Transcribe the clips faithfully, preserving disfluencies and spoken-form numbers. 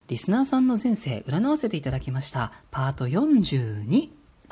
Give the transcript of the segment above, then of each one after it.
リスナーさんの前世占わせていただきましたパートよんじゅうに。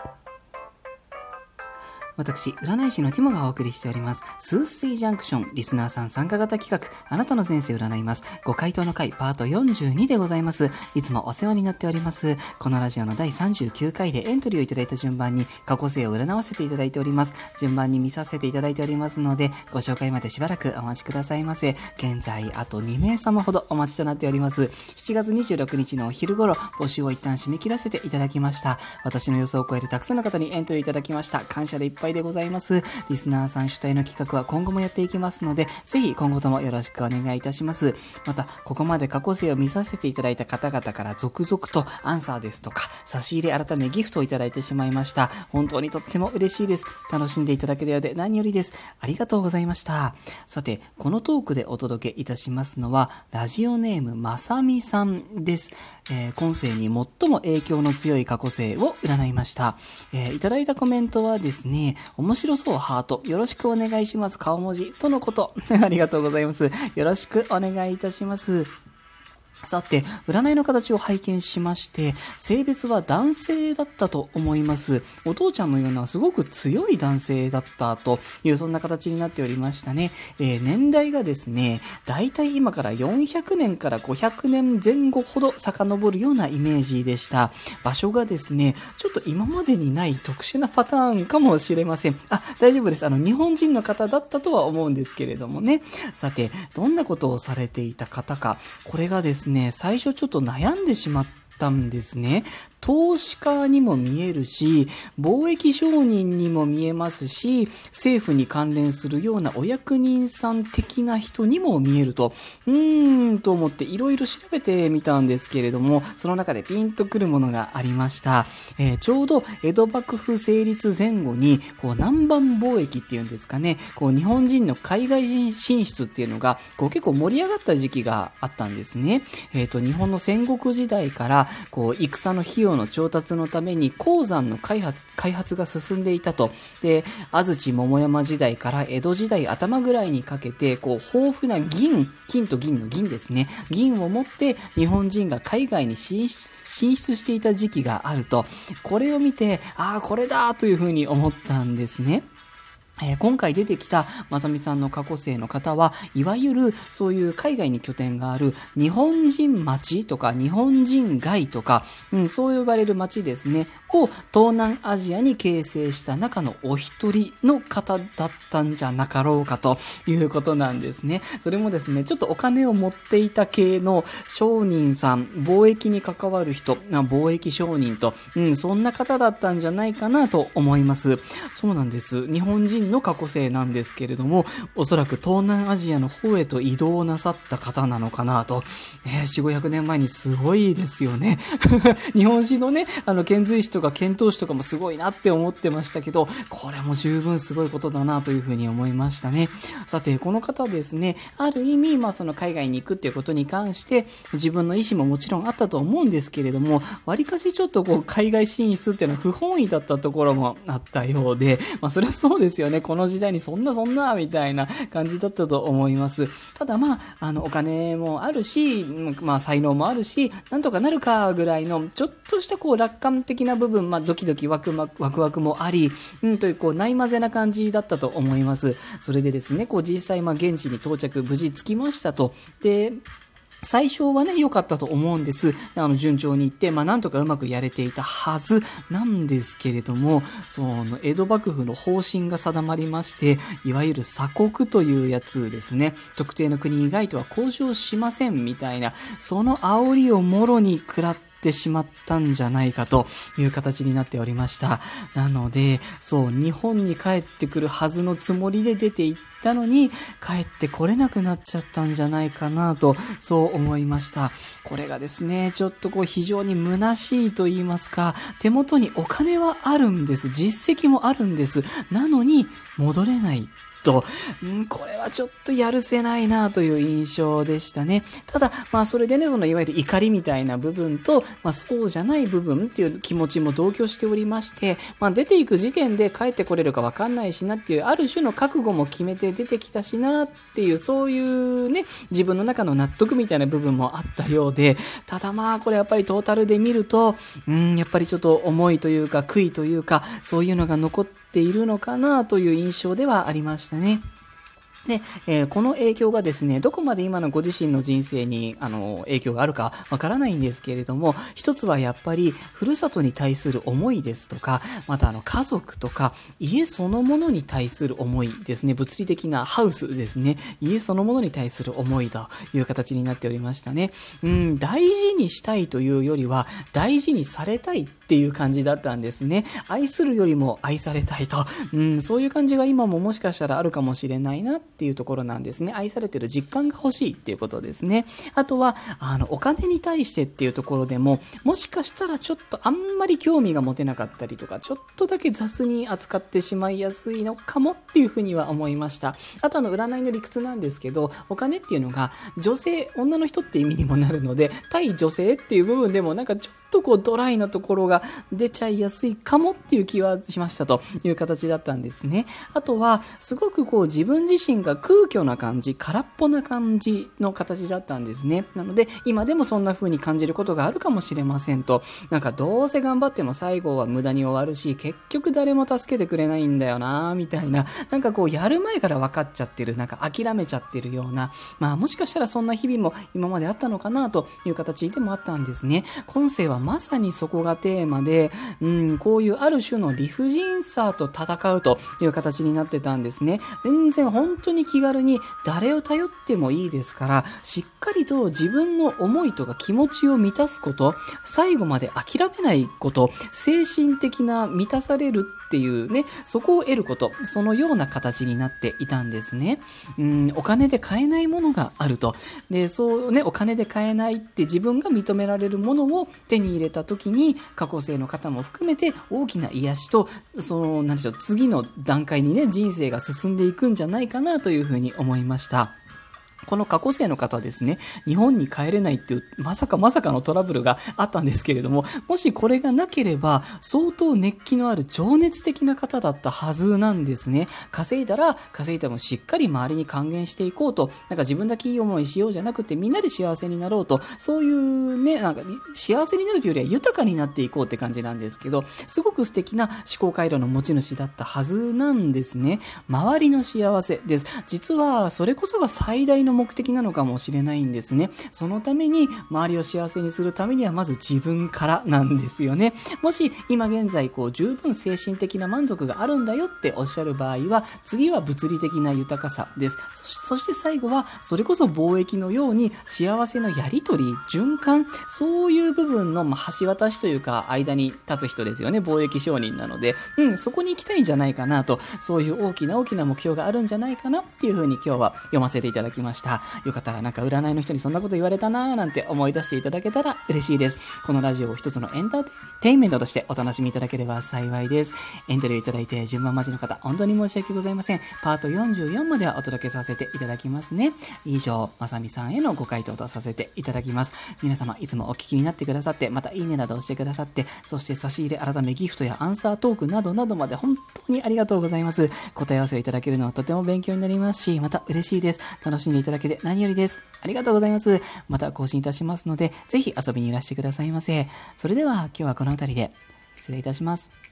私、占い師のティモがお送りしております。スースイジャンクション、リスナーさん参加型企画、あなたの前世占います。ご回答の回、パートよんじゅうにでございます。いつもお世話になっております。このラジオのだいさんじゅうきゅうかいでエントリーをいただいた順番に過去世を占わせていただいております。順番に見させていただいておりますので、ご紹介までしばらくお待ちくださいませ。現在、あとにめいさまほどお待ちとなっております。しちがつにじゅうろくにちのお昼頃、募集を一旦締め切らせていただきました。私の予想を超えるたくさんの方にエントリーいただきました。感謝でいっぱいでございます。リスナーさん主体の企画は今後もやっていきますので、ぜひ今後ともよろしくお願いいたします。また、ここまで過去世を見させていただいた方々から続々とアンサーですとか、差し入れ改めギフトをいただいてしまいました。本当にとっても嬉しいです。楽しんでいただけるようで何よりです。ありがとうございました。さて、このトークでお届けいたしますのは、ラジオネームまさみさんです。えー、今世に最も影響の強い過去世を占いました。えー、いただいたコメントはですね、面白そうハート、よろしくお願いします。顔文字とのこと。ありがとうございます。よろしくお願いいたします。さて、占いの形を拝見しまして、性別は男性だったと思います。お父ちゃんのようなすごく強い男性だったという、そんな形になっておりましたね。えー、年代がですね、だいたい今からよんひゃくねんからごひゃくねんぜん後ほど遡るようなイメージでした。場所がですね、ちょっと今までにない特殊なパターンかもしれません。あ、大丈夫です。あの、日本人の方だったとは思うんですけれどもね。さて、どんなことをされていた方か。これがですね、ね、最初ちょっと悩んでしまったんですね。投資家にも見えるし、貿易商人にも見えますし、政府に関連するようなお役人さん的な人にも見えると、うーんと思っていろいろ調べてみたんですけれども、その中でピンとくるものがありました。えー、ちょうど江戸幕府成立前後に、こう南蛮貿易っていうんですかね、こう日本人の海外進出っていうのがこう結構盛り上がった時期があったんですね。えっと、日本の戦国時代からこう戦の費用の調達のために鉱山の開発、開発が進んでいたと。で、安土桃山時代から江戸時代頭ぐらいにかけて、こう、豊富な銀、金と銀の銀ですね。銀を持って日本人が海外に進出、進出していた時期があると。これを見て、ああ、これだというふうに思ったんですね。えー、今回出てきたまさみさんの過去世の方はいわゆるそういう海外に拠点がある日本人町とか日本人街とか、うん、そう呼ばれる町ですねを東南アジアに形成した中のお一人の方だったんじゃなかろうかということなんですね。それもですね、ちょっとお金を持っていた系の商人さん、貿易に関わる人、貿易商人と、うん、そんな方だったんじゃないかなと思います。そうなんです。日本人の過去世なんですけれども、おそらく東南アジアの方へと移動なさった方なのかなと、えー、よん、ごひゃくねんまえにすごいですよね。日本史のね、あの遣隋使とか遣唐使とかもすごいなって思ってましたけど、これも十分すごいことだなというふうに思いましたね。さて、この方ですね、ある意味、まあその海外に行くっていうことに関して自分の意思ももちろんあったと思うんですけれども、わりかしちょっとこう海外進出っていうのは不本意だったところもあったようで、まあそれはそうですよね。この時代にそんなそんなみたいな感じだったと思います。ただまあ、あのお金もあるし、まあ才能もあるし、なんとかなるかぐらいのちょっとしたこう楽観的な部分、まあドキドキワクワクワクワクもあり、うんというこうないまぜな感じだったと思います。それでですね、こう実際まあ現地に到着無事着きましたと。で、最初はね、良かったと思うんです。あの、順調にいって、まあ、なんとかうまくやれていたはずなんですけれども、その、江戸幕府の方針が定まりまして、いわゆる鎖国というやつですね。特定の国以外とは交渉しませんみたいな、その煽りをもろに食らって、てしまったんじゃないかという形になっておりました。なので、そう、日本に帰ってくるはずのつもりで出て行ったのに、帰ってこれなくなっちゃったんじゃないかなと、そう思いました。これがですね、ちょっとこう非常に虚しいと言いますか、手元にお金はあるんです。実績もあるんです。なのに、戻れない。 と、んこれはちょっとやるせないなという印象でしたね。ただ、まあそれでね、そのいわゆる怒りみたいな部分と、まあそうじゃない部分っていう気持ちも同居しておりまして、まあ出ていく時点で帰ってこれるかわかんないしなっていう、ある種の覚悟も決めて出てきたしなっていう、そういうね、自分の中の納得みたいな部分もあったようで、ただまあこれやっぱりトータルで見ると、うん、やっぱりちょっと思いというか悔いというか、そういうのが残っているのかなという印象ではありましたね。で、えー、この影響がですね、どこまで今のご自身の人生に、あの、影響があるかわからないんですけれども、一つはやっぱり、ふるさとに対する思いですとか、またあの、家族とか、家そのものに対する思いですね、物理的なハウスですね、家そのものに対する思いという形になっておりましたね。うん、大事にしたいというよりは、大事にされたいっていう感じだったんですね。愛するよりも愛されたいと、うん、そういう感じが今ももしかしたらあるかもしれないなっていうところなんですね。愛されてる実感が欲しいっていうことですね。あとは、あの、お金に対してっていうところでも、もしかしたらちょっとあんまり興味が持てなかったりとか、ちょっとだけ雑に扱ってしまいやすいのかもっていうふうには思いました。あとあの、占いの理屈なんですけど、お金っていうのが、女性、女の人って意味にもなるので、対女性っていう部分でもなんかちょっとこうドライなところが出ちゃいやすいかもっていう気はしましたという形だったんですね。あとは、すごくこう自分自身が空虚な感じ、空っぽな感じの形だったんですね。なので、今でもそんな風に感じることがあるかもしれませんと。なんかどうせ頑張っても最後は無駄に終わるし、結局誰も助けてくれないんだよなみたいな、なんかこうやる前から分かっちゃってる、なんか諦めちゃってるような、まあもしかしたらそんな日々も今まであったのかなという形でもあったんですね。今世はまさにそこがテーマで、うん、こういうある種の理不尽さと戦うという形になってたんですね。全然本当に気軽に誰を頼ってもいいですから、しっかりと自分の思いとか気持ちを満たすこと、最後まで諦めないこと、精神的な満たされるっていうね、そこを得ること、そのような形になっていたんですね。うん、お金で買えないものがあると。で、そうね、お金で買えないって自分が認められるものを手に入れた時に、過去生の方も含めて大きな癒しと、その、なんでしょう、次の段階にね、人生が進んでいくんじゃないかなというふうに思いました。この過去生の方ですね、日本に帰れないっていう、まさかまさかのトラブルがあったんですけれども、もしこれがなければ、相当熱気のある情熱的な方だったはずなんですね。稼いだら、稼いだ分しっかり周りに還元していこうと、なんか自分だけいい思いしようじゃなくて、みんなで幸せになろうと、そういうね、なんか幸せになるというよりは豊かになっていこうって感じなんですけど、すごく素敵な思考回路の持ち主だったはずなんですね。周りの幸せです。実は、それこそが最大の目的なのかもしれないんですね。そのために周りを幸せにするためにはまず自分からなんですよね。もし今現在こう十分精神的な満足があるんだよっておっしゃる場合は、次は物理的な豊かさです。そして最後はそれこそ貿易のように幸せのやり取り、循環、そういう部分のまあ橋渡しというか間に立つ人ですよね。貿易商人なので、うん、そこに行きたいんじゃないかなと、そういう大きな大きな目標があるんじゃないかなっていうふうに今日は読ませていただきました。よかったらなんか占いの人にそんなこと言われたなーなんて思い出していただけたら嬉しいです。このラジオを一つのエンターテインメントとしてお楽しみいただければ幸いです。エントリーいただいて順番待ちの方、本当に申し訳ございません。パートよんじゅうよんまではお届けさせていただきますね。以上、まさみさんへのご回答とさせていただきます。皆様いつもお聞きになってくださって、またいいねなど押してくださって、そして差し入れ改めギフトやアンサートークなどなどまで本当にありがとうございます。答え合わせをいただけるのはとても勉強になりますし、また嬉しいです。楽しんでいただけて何よりです。ありがとうございます。また更新いたしますので、ぜひ遊びにいらしてくださいませ。それでは今日はこの辺りで失礼いたします。